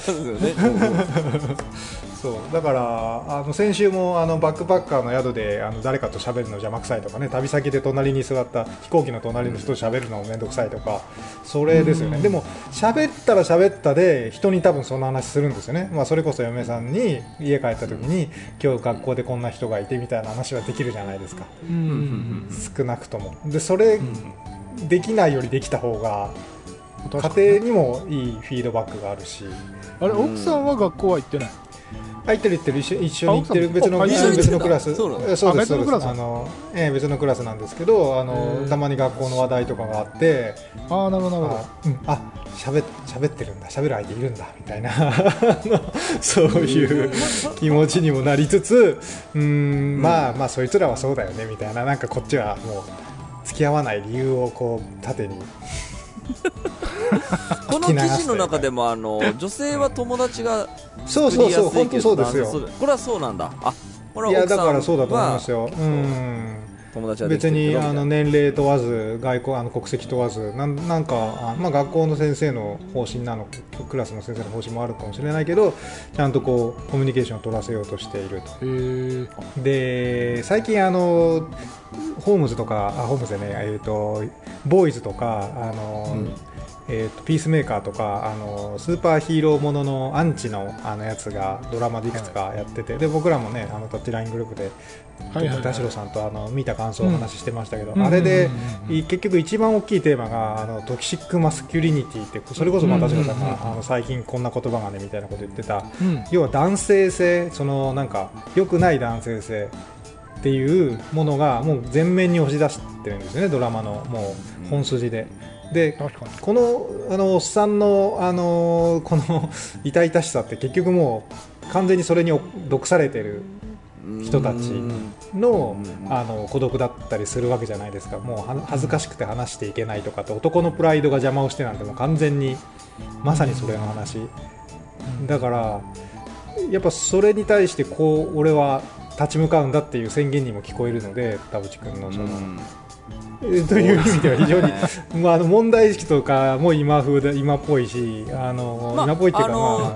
そうだからあの先週もあのバックパッカーの宿であの誰かと喋るの邪魔くさいとかね、旅先で隣に座った飛行機の隣の人と喋るのもめんどくさいとか、それですよね。でも喋ったら喋ったで人に多分その話するんですよね。まあ、それこそ嫁さんに家帰った時に今日学校でこんな人がいてみたいな話はできるじゃないですか、うん、少なくとも。でそれ、うん、できないよりできた方が家庭にもいいフィードバックがあるし。 あれ、奥さんは学校は行ってない？ あ、行ってる行ってる、一緒、一緒に行ってる、別の別のクラス、そうですそうです、あの、えー、別のクラスなんですけど、あのたまに学校の話題とかがあって、 ああなるほどなるほど、 うん、あ、喋喋ってるんだ、喋る相手いるんだみたいなそういう気持ちにもなりつつ、うーん、まあまあそいつらはそうだよねみたいな、なんかこっちはもう付き合わない理由をこう縦に。 この記事の中でもあの女性は友達がそうそうそう、本当そうですよ。 これはそうなんだ。あ、これはいやだからそうだと思いますよ。うん。 友達はできてる別にあの年齢問わず外国あの国籍問わずなんなんかあ、まあ、学校の先生の方針なのクラスの先生の方針もあるかもしれないけど、ちゃんとこうコミュニケーションを取らせようとしていると。へで最近あのホームズとかあホームズでね、えーとボーイズとかあの、うんえー、とピースメーカーとかあのスーパーヒーローもののアンチ の, あのやつがドラマでいくつかやってて、はい、で僕らもねあのタッチライングループで田代さんとあの見た感想をお話ししてましたけど、うん、あれで、うん、結局一番大きいテーマがあのトキシックマスキュリニティって、それこそ田代さんがあの最近こんな言葉がねみたいなこと言ってた、うん、要は男性性、そのなんか良くない男性性っていうものがもう前面に押し出してるんですよね、ドラマのもう本筋で。でこのあのおっさんの、あのこの痛々しさって結局もう完全にそれに毒されてる人たち の, あの孤独だったりするわけじゃないですか。もう恥ずかしくて話していけないとかと、男のプライドが邪魔をしてなんてもう完全にまさにそれの話だから、やっぱそれに対してこう俺は立ち向かうんだっていう宣言にも聞こえるので、田淵君のそのという意味では非常に、まあ、あの問題意識とかも今風で今っぽいし、あの、まあ、今っぽいっていうか、まあ、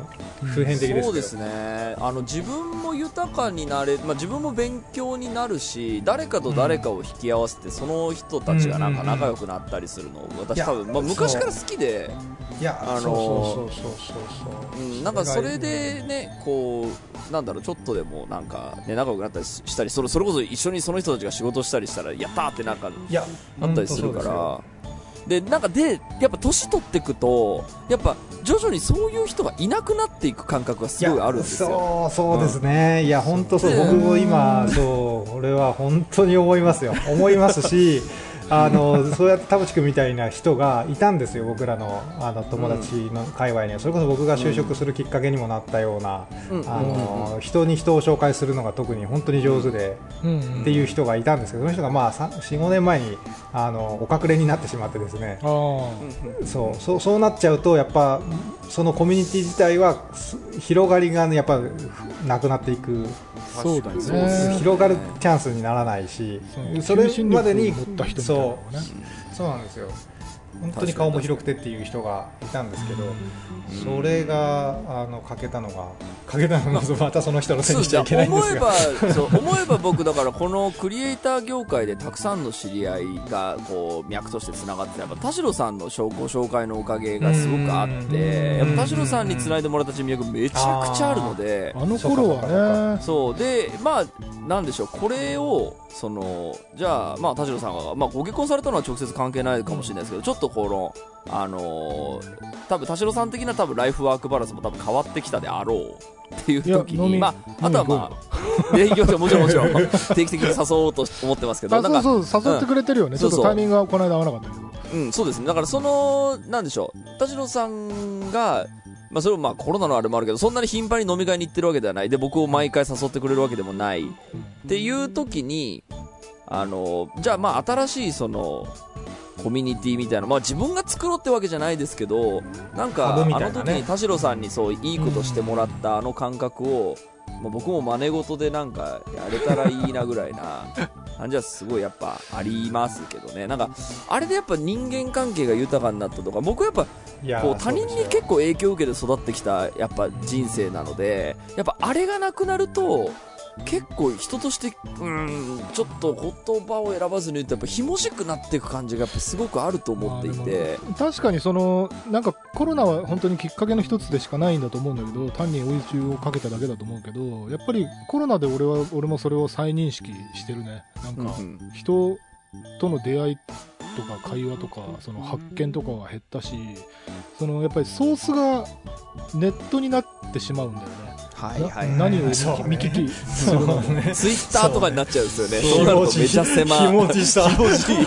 普遍的ですけど、 そうですね。あの自分も豊かになれ、まあ、自分も勉強になるし、誰かと誰かを引き合わせて、うん、その人たちがなんか仲良くなったりするのを私多分、まあ、昔から好きで、 いやあのそうそうそうそうそう、 うん、なんかそれでね、こうなんだろう、ちょっとでもなんか、ね、仲良くなったりしたり、それそれこそ一緒にその人たちが仕事したりしたらやったーってなんかあったりするから。でなんかでやっぱ年取っていくとやっぱ徐々にそういう人がいなくなっていく感覚がすごいあるんですよ。 そうそうですね、うん、いや本当そう、僕も今そう俺は本当に思いますよ思いますしあのそうやって田淵君みたいな人がいたんですよ、僕らのあの友達の界隈には。それこそ僕が就職するきっかけにもなったような、うん、あの人に人を紹介するのが特に本当に上手で、うん、っていう人がいたんですけど、その人がまあよん、ごねんまえにあのお隠れになってしまってですね、そうそうそうなっちゃうとやっぱそのコミュニティ自体は広がりが、ね、やっぱなくなっていく。 そうだね、 広がるチャンスにならないし、それまでにそう、そうなんですよ。本当に顔も広くてっていう人がいたんですけど、それがあの欠けたのが欠けたのがまたその人のせいにしちゃいけないんですが、 思えばそう思えば僕だからこのクリエイター業界でたくさんの知り合いがこう脈としてつながってやっぱ田代さんのご紹介のおかげがすごくあって、やっぱ田代さんにつないでもらった人脈めちゃくちゃあるので、 あの頃はね、 そうでまあなんでしょう、これをそのじゃあまあ田代さんが、まあ、ご結婚されたのは直接関係ないかもしれないですけど、ちょっとこのあのー、多分田代さん的な多分ライフワークバランスも多分変わってきたであろうっていう時に、まあ、あとはまあ営業でもちろんもちろん定期的に誘おうと思ってますけど、 なんかそうそう誘ってくれてるよね、うん、ちょっとタイミングがこの間合わなかったけど、 うん、そうですね。だからそのなんでしょう、田代さんがまあ、それもまあコロナのあれもあるけど、そんなに頻繁に飲み会に行ってるわけではないで、僕を毎回誘ってくれるわけでもないっていう時に、あのじゃあまあ新しいそのコミュニティみたいな、まあ、自分が作ろうってわけじゃないですけど、なんかあの時に田代さんにそういいことしてもらったあの感覚を、まあ、僕も真似事でなんかやれたらいいなぐらいな感じはすごいやっぱありますけどね。なんかあれでやっぱ人間関係が豊かになったとか、僕はやっぱこう他人に結構影響を受けて育ってきたやっぱ人生なので、やっぱあれがなくなると結構人としてうーんちょっと言葉を選ばずに言うとやっぱひもじくなっていく感じがやっぱすごくあると思っていて、 確かにそのなんかコロナは本当にきっかけの一つでしかないんだと思うんだけど、単に追い打ちをかけただけだと思うけど、やっぱりコロナで俺は俺もそれを再認識してるね。なんか人との出会いとか会話とかその発見とかが減ったし、そのやっぱりソースがネットになってしまうんだよね。 はいはいはい、 何を見聞きするのね、 ツイッターとかになっちゃうんですよね。そうなるとめちゃ狭い。 気持ちした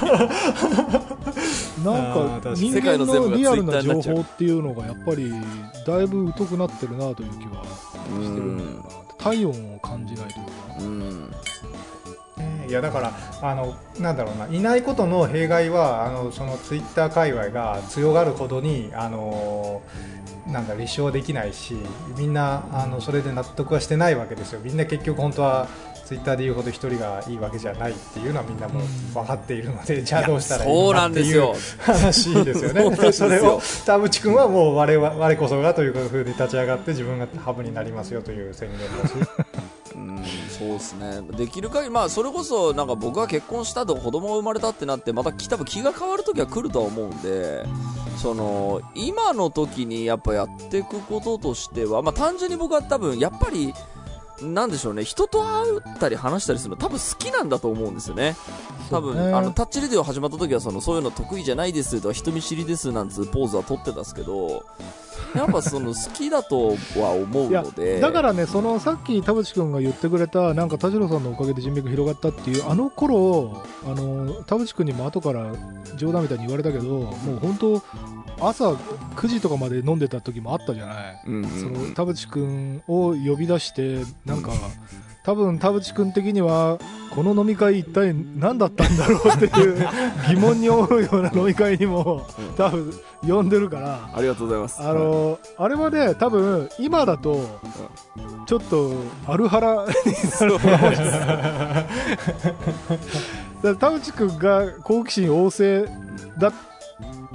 なんか人間のリアルな情報っていうのがやっぱりだいぶ疎くなってるなという気はしてるんだよな。体温を感じないというか、うん、 いやだからあのなんだろうな、いないことの弊害はあのそのツイッター界隈が強がるほどにあのなんだ立証できないし、みんなあのそれで納得はしてないわけですよ。みんな結局本当はツイッターで言うほど一人がいいわけじゃないっていうのはみんなも分かっているので、じゃあどうしたらいいのかっていう話ですよね。そ, それを田淵君はもう 我, 我こそがというふうに立ち上がって自分がハブになりますよという宣言だしうん、そうですね。できる限りまあそれこそなんか僕が結婚したと子供が生まれたってなってまた多分気が変わる時は来るとは思うんで、その今の時にやっぱやっていくこととしては、まあ単純に僕は多分やっぱりなんでしょうね、人と会ったり話したりするの多分好きなんだと思うんですよね。多分、ね、あのタッチレディオ始まった時はそのそういうの得意じゃないですとか人見知りですなんつうポーズは取ってたんですけど、やっぱその好きだとは思うのでだからね、そのさっき田淵君が言ってくれたなんか田代さんのおかげで人脈広がったっていうあの頃、あの田淵君にも後から冗談みたいに言われたけど、もう本当朝くじとかまで飲んでた時もあったじゃない、うんうんうん、その田淵君を呼び出してなんか、うん、多分田淵君的にはこの飲み会一体何だったんだろうっていう疑問に思うような飲み会にも多分呼んでるから、 ありがとうございます。 あの、はい、あれはね多分今だとちょっとアルハラになると思うんです田淵君が好奇心旺盛だった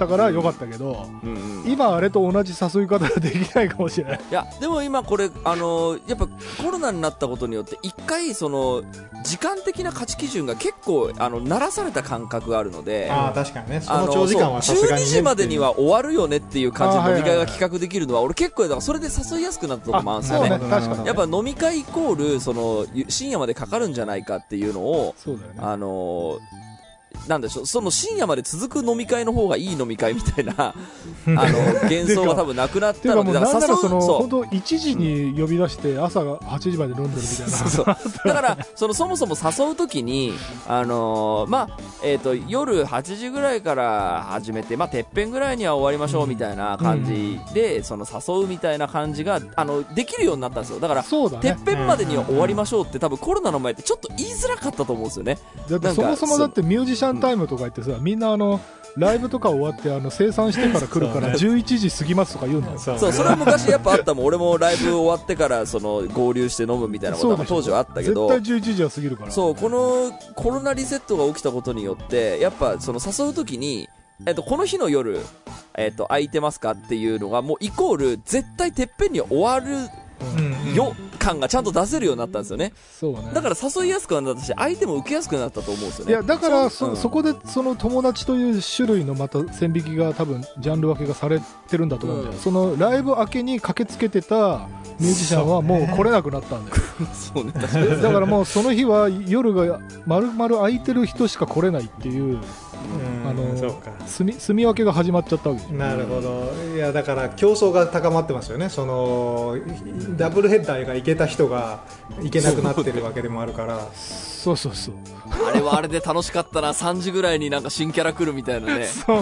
ったからよかったけど、 うんうん、 今あれと同じ誘い方はできないかもしれない。 いやでも今これあのやっぱコロナになったことによって一回その時間的な価値基準が結構あの慣らされた感覚があるので、 ああ確かにね、その長時間はさすがにね、 じゅうにじまでには終わるよねっていう感じの飲み会が企画できるのは俺結構だからそれで誘いやすくなったところもあるんですよね。 そうね、確かに。 やっぱ飲み会イコールその深夜までかかるんじゃないかっていうのを、 そうだよね、 あのなんでしょう、その深夜まで続く飲み会の方がいい飲み会みたいなあの幻想が多分なくなったので、 だからなんならそのそう本当いちじに呼び出して朝はちじまで飲んでるみたいな。 そうそうだからそのそもそも誘うときにあのー、まあえっ、ー、と夜はちじぐらいから始めてまあてっぺんぐらいには終わりましょうみたいな感じで、うん、その誘うみたいな感じがあのできるようになったんですよ。だからそうだ、ね、 てっぺんまでには終わりましょうって多分コロナの前ってちょっと言いづらかったと思うんですよね。 だってそもそもだってミュージシャンタイムとか言ってさ、みんなあのライブとか終わってあの生産してから来るからじゅういちじ過ぎますとか言うんだよ。 そう、そうそれは昔やっぱあったもん。俺もライブ終わってからその合流して飲むみたいなことは当時はあったけど、 絶対じゅういちじは過ぎるから。 そう、このコロナリセットが起きたことによってやっぱその誘うときに、えっと、この日の夜、えっと、空いてますかっていうのがもうイコール絶対てっぺんに終わるよ感がちゃんと出せるようになったんですよね。 そうね。 だから誘いやすくなったし相手も受けやすくなったと思うんですよね。 いやだからそ、 うん、 そこでその友達という種類のまた線引きが多分ジャンル分けがされてるんだと思うんだよ、うん、そのライブ明けに駆けつけてたミュージシャンはもう来れなくなったんだよ。 そうね、確かに。 だからもうその日は夜が丸々空いてる人しか来れないっていう、あのそうか、住み、住み分けが始まっちゃったわけ。 なるほど。いやだから競争が高まってますよね。そのダブルヘッダーが行けた人が行けなくなってるわけでもあるから。 そうそうそう。 あれはあれで楽しかったな。さんじぐらいになんか新キャラ来るみたいなね。 そう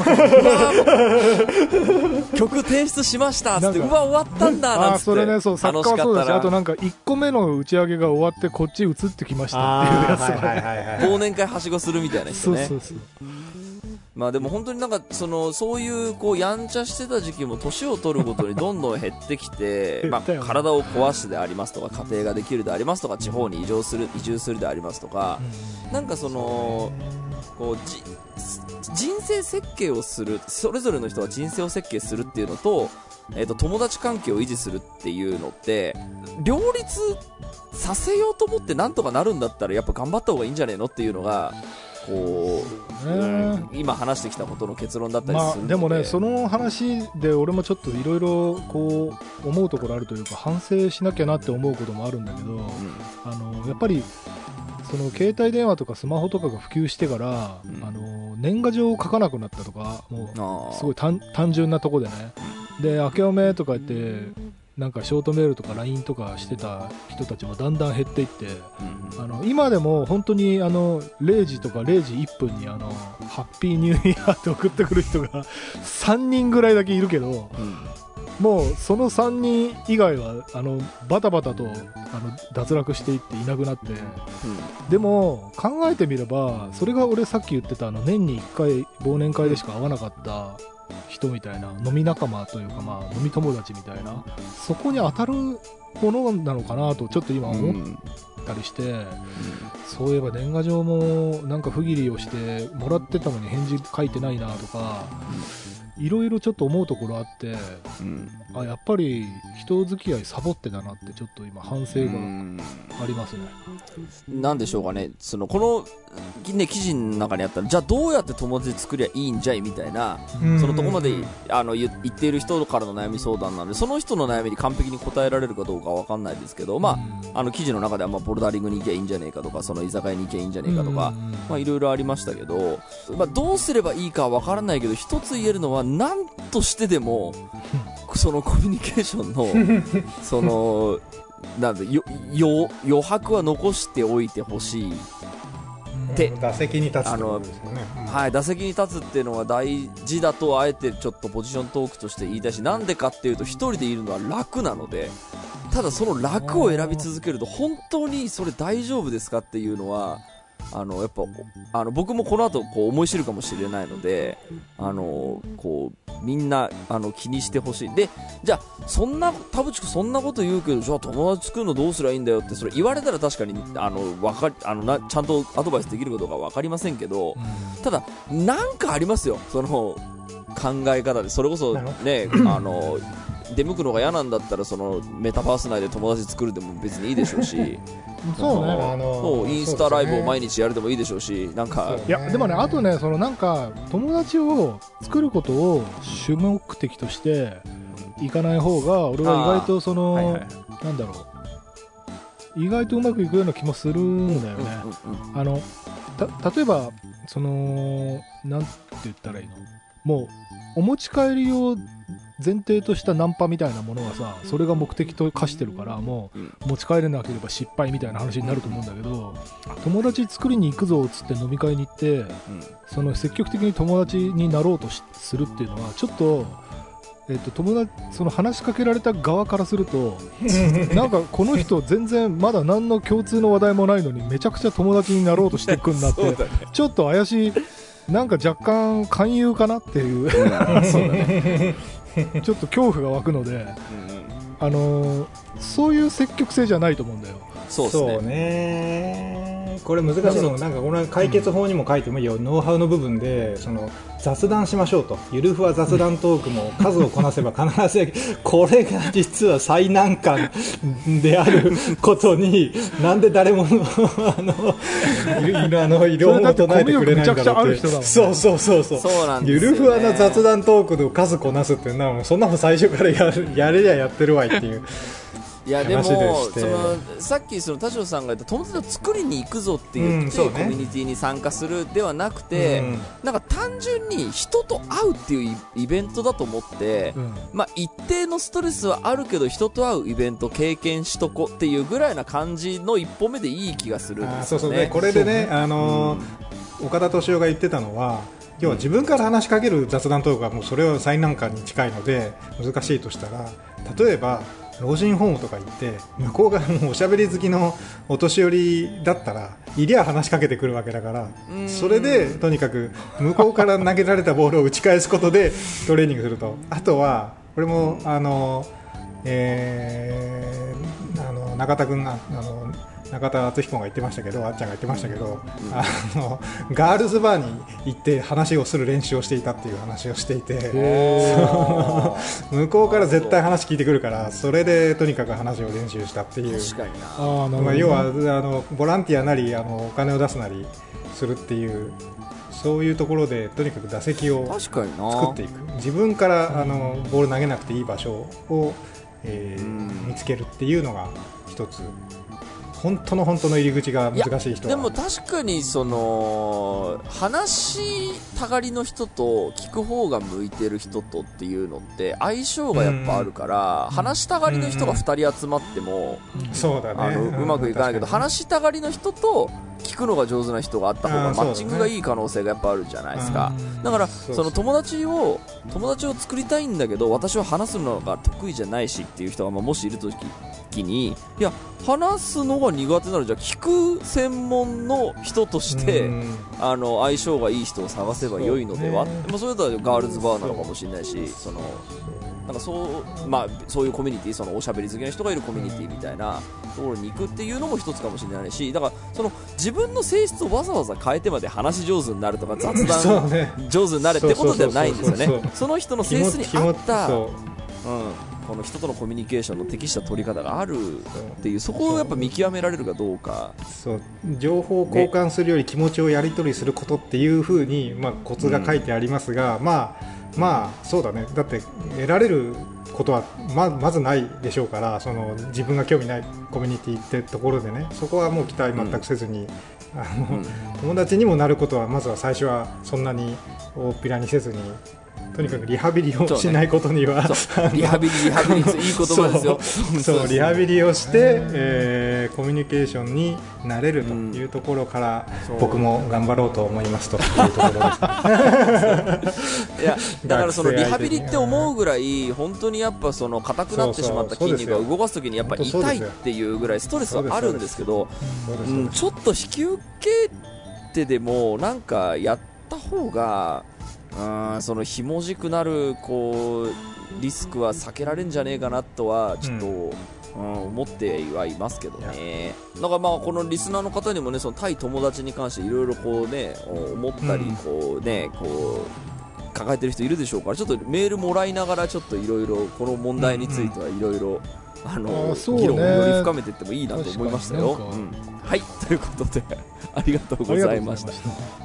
曲提出しましたっつって、うわ終わったんだなんつって。 あそれね、そう、作家はそうだし、あとなんかいっこめの打ち上げが終わってこっち移ってきましたっていうやつが、ね、 忘年会はしごするみたいな人ね。 そうそうそう。 まあでも本当になんかそのそういうこうやんちゃしてた時期も年を取るごとにどんどん減ってきてまあ体を壊すでありますとか家庭ができるでありますとか地方に移住する移住するでありますとか、なんかそのこうじ人生設計をする、それぞれの人は人生を設計するっていうのと、えーと友達関係を維持するっていうのって両立させようと思ってなんとかなるんだったらやっぱ頑張った方がいいんじゃねえのっていうのがこう、ね、うん、今話してきたことの結論だったりするので、まあ、 でもねその話で俺もちょっといろいろこう思うところあるというか反省しなきゃなって思うこともあるんだけど、うん、あのやっぱりその携帯電話とかスマホとかが普及してから、うん、あの年賀状を書かなくなったとかもうすごい単純なとこでね、で明けおめとか言ってなんかショートメールとか ライン とかしてた人たちもだんだん減っていって、うん、あの今でも本当にあのれいじとかれいじいっぷんにあのハッピーニューイヤーって送ってくる人がさんにんぐらいだけいるけど、うん、もうそのさんにん以外はあのバタバタとあの脱落していっていなくなって、うん、でも考えてみればそれが俺さっき言ってたあの年にいっかい忘年会でしか会わなかった人みたいな飲み仲間というか、まあ、飲み友達みたいなそこに当たるものなのかなとちょっと今思ったりして、うん、そういえば年賀状もなんか不義理をしてもらってたのに返事書いてないなとか、いろいろちょっと思うところあって、うん、あやっぱり人付き合いサボってたなってちょっと今反省がありますね。 なんでしょうかね、そのこの、ね、記事の中にあったらじゃあどうやって友達作りゃいいんじゃいみたいな、そのとこまであの言っている人からの悩み相談なのでその人の悩みに完璧に答えられるかどうかは分かんないですけど、まあ、あの記事の中ではまあボルダリングに行けばいいんじゃねえかとかその居酒屋に行けばいいんじゃねえかとかいろいろありましたけど、まあ、どうすればいいかは分からないけど一つ言えるのは何としてでもそのコミュニケーションのそのなんでよよ余白は残しておいてほしいって打席に立つってことですよね、 うん、はい、打席に立つっていうのが大事だとあえてちょっとポジショントークとして言いたいし、なんでかっていうと一人でいるのは楽なので、ただその楽を選び続けると本当にそれ大丈夫ですかっていうのはあのやっぱあの僕もこの後こう思い知るかもしれないので、あのこうみんなあの気にしてほしい。でじゃあそんな田淵君そんなこと言うけどじゃあ友達作るのどうすりゃいいんだよってそれ言われたら確かにあのわかあのなちゃんとアドバイスできることが分かりませんけど、ただなんかありますよ。その考え方で、それこそね、あの、出向くのが嫌なんだったら、そのメタバース内で友達作るでも別にいいでしょうし、 そうね、 あのインスタライブを毎日やるでもいいでしょうし、なんか、 いやでもね、あとね、そのなんか友達を作ることを主目的としていかない方が、俺は意外とその、はいはい、なんだろう、意外とうまくいくような気もするんだよね。うんうん、あのた例えばそのなんて言ったらいいの、もうお持ち帰りを前提としたナンパみたいなものがさ、それが目的と化してるから、もう持ち帰れなければ失敗みたいな話になると思うんだけど、友達作りに行くぞっつって飲み会に行って、その積極的に友達になろうとするっていうのはちょっと、えっと、友達その話しかけられた側からするとなんかこの人全然まだ何の共通の話題もないのにめちゃくちゃ友達になろうとしてくんなってちょっと怪しい、なんか若干勧誘かなっていうそうだねちょっと恐怖が湧くので、うんうん、あのー、そういう積極性じゃないと思うんだよ。 そうですね。そうね。これ難しいの、なんかこの解決法にも書いてもいいよ、うん、ノウハウの部分でその雑談しましょうと、ゆるふわ雑談トークも数をこなせば必ずやけこれが実は最難関であることになんで誰もあのあの異論を唱えてくれないんだろうって。そうそうそうそう。 そうなんですよね。 ゆるふわな雑談トークの数こなすっていうのはそんなもん最初からやるやれりゃやってるわいっていう。 いやでもそのさっきその田代さんが言った友達を作りに行くぞって言って、うんね、コミュニティに参加するではなくて、うん、なんか単純に人と会うっていうイベントだと思って、うん、まあ一定のストレスはあるけど人と会うイベント経験しとこっていうぐらいな感じの一歩目でいい気がするんですよね。 あ、そうそうね、これでね、あのーうん、岡田敏夫が言ってたのは、要は自分から話しかける雑談トークはもうそれは最難関に近いので難しいとしたら、例えば老人ホームとか行って向こうがもうおしゃべり好きのお年寄りだったらいりゃ話しかけてくるわけだから、それでとにかく向こうから投げられたボールを打ち返すことでトレーニングすると。あとはこれもあの、えー、あの中田君があの中田敦彦が言ってましたけど、あっちゃんが言ってましたけど、うん、あのガールズバーに行って話をする練習をしていたっていう話をしていて、向こうから絶対話聞いてくるから、それでとにかく話を練習したっていう。 確かにな。 あ、まあ、要はあのボランティアなりあのお金を出すなりするっていう、そういうところでとにかく打席を作っていく。自分からあのボール投げなくていい場所を、えー、見つけるっていうのが一つ。本当の本当の入り口が難しい人は。 でも確かにその話したがりの人と聞く方が向いてる人とっていうのって相性がやっぱあるから、うん、話したがりの人がふたり集まっても、 うん、そうだね、 あのうまくいかないけど、話したがりの人と聞くのが上手な人があった方がマッチングがいい可能性がやっぱあるじゃないですか。だからその友達を友達を作りたいんだけど私は話すのが得意じゃないしっていう人がもしいるときに、いや話すのが苦手ならじゃあ聞く専門の人としてあの相性がいい人を探せば良いのでは、まあ、それだったらガールズバーなのかもしれないし、そのなんかそう、まあ、そういうコミュニティ、そのおしゃべり好きな人がいるコミュニティみたいなところに行くっていうのも一つかもしれないし、だからその自分の性質をわざわざ変えてまで話し上手になるとか雑談上手になれってことではないんですよね。その人の性質に合った、うん、この人とのコミュニケーションの適した取り方があるっていう、そこをやっぱ見極められるかどうか。 そう情報交換するより気持ちをやり取りすることっていう風に、まあ、コツが書いてありますが、うん、まあまあそうだね。だって得られることは ま, まずないでしょうから、その自分が興味ないコミュニティってところでね、そこはもう期待全くせずに、うん、あのうん、友達にもなることはまずは最初はそんなに大っぴらにせずに、とにかくリハビリをしないことには、 そうね、リハビリリハビリいい言葉ですよ。 そうそうリハビリをして、えー、コミュニケーションになれるというところから、うん、僕も頑張ろうと思いますというところです。 いやだからそのリハビリって思うぐらい本当にやっぱその硬くなってしまった筋肉を動かすときにやっぱ痛いっていうぐらいストレスはあるんですけど、うん、ちょっと引き受けてでもなんかやった方がうんそのひもじくなるこうリスクは避けられるんじゃねえかなとはちょっと、うんうん、思ってはいますけどね。だからまあこのリスナーの方にもね、その対友達に関していろいろこうね思ったりこうねこう抱えてる人いるでしょうから、ちょっとメールもらいながらちょっといろいろこの問題についてはいろいろあの、 あ、ね、 議論をより深めていってもいいなと思いましたよ、うん、はいということでありがとうございました。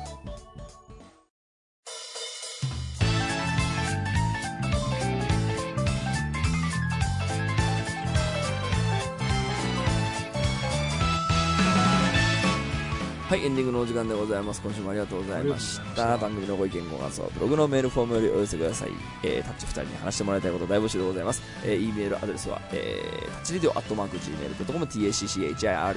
はい、エンディングのお時間でございます。今週もありがとうございました。番組のご意見ご感想はブログのメールフォームよりお寄せください。えー、タッチふたりに話してもらいたいこと大募集でございます。えー、E メールアドレスは、えー、タッチレディオアットマーク ジーメールドットコム タッチレディオア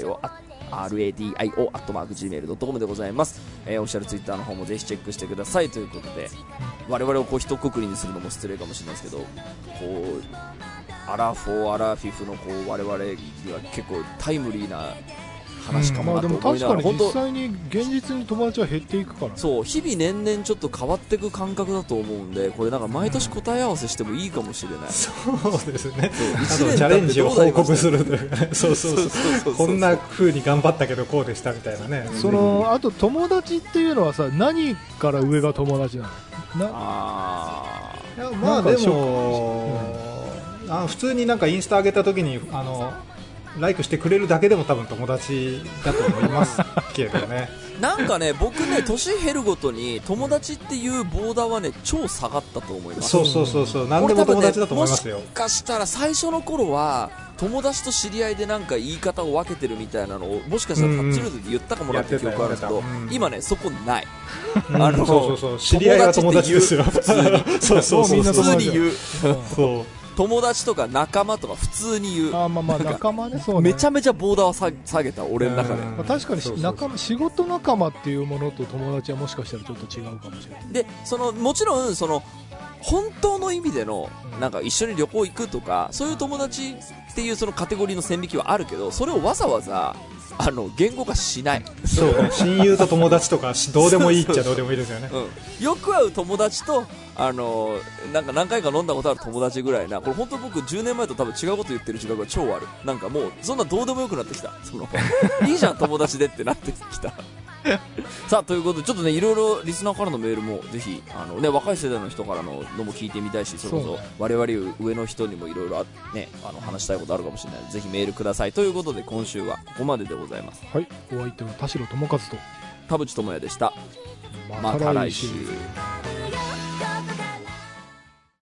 ットマーク ジーメールドットコム でございます。えー、オフィシャルツイッターの方もぜひチェックしてくださいということで、我々をこう一括りにするのも失礼かもしれないですけど、こうアラフォーアラフィフのこう我々には結構タイムリーな話かもなと思いながら、 うん、まあ、でも確かに実際に現実に友達は減っていくから、 そう日々年々ちょっと変わっていく感覚だと思うんで、これなんか毎年答え合わせしてもいいかもしれない、うん、 そうですね。あとチャレンジを報告するというかね、そうそうそう、こんな風に頑張ったけどこうでしたみたいなね。 そのあと友達っていうのはさ、何から上が友達なの？なあいやまあでも、うん、あ普通になんかインスタ上げた時にあのライクしてくれるだけでも多分友達だと思いますけどねなんかね、僕ね、年減るごとに友達っていうボーダーはね超下がったと思います。 そうそうそうそう、何でも友達だと思いますよ、 ね、もしかしたら最初の頃は友達と知り合いでなんか言い方を分けてるみたいなのをもしかしたらタッチルーズで言ったかもなって記憶あるんですけど、今ねそこない、 うん、あのそうそうそう、知り合いは友達ですよ普通にそうそうそう、 普通に言うそう友達とか仲間とか普通に言う。 あ、まあまあ仲間ね、そうね。 めちゃめちゃボーダーを下げた俺の中で。 まあ、確かに仲間、仕事仲間っていうものと友達はもしかしたらちょっと違うかもしれない。 で、そのもちろんその本当の意味でのなんか一緒に旅行行くとかそういう友達っていうそのカテゴリーの線引きはあるけど、それをわざわざあの言語化しない。 そう親友と友達とかどうでもいいっちゃどうでもいいですよね。 うん、よく会う友達とあのなんか何回か飲んだことある友達ぐらいな、これ本当僕じゅうねんまえと多分違うこと言ってる自覚が超ある。なんかもうそんなどうでもよくなってきた。そのいいじゃん友達でってなってきたさあということでちょっとねいろいろリスナーからのメールもぜひあの、ね、若い世代の人からののも聞いてみたいし、それこそ我々上の人にもいろいろねあの話したいことあるかもしれないのでぜひメールくださいということで今週はここまででございます。 はい、お相手は田代智和と田淵智也でした。 また来週。 また来週。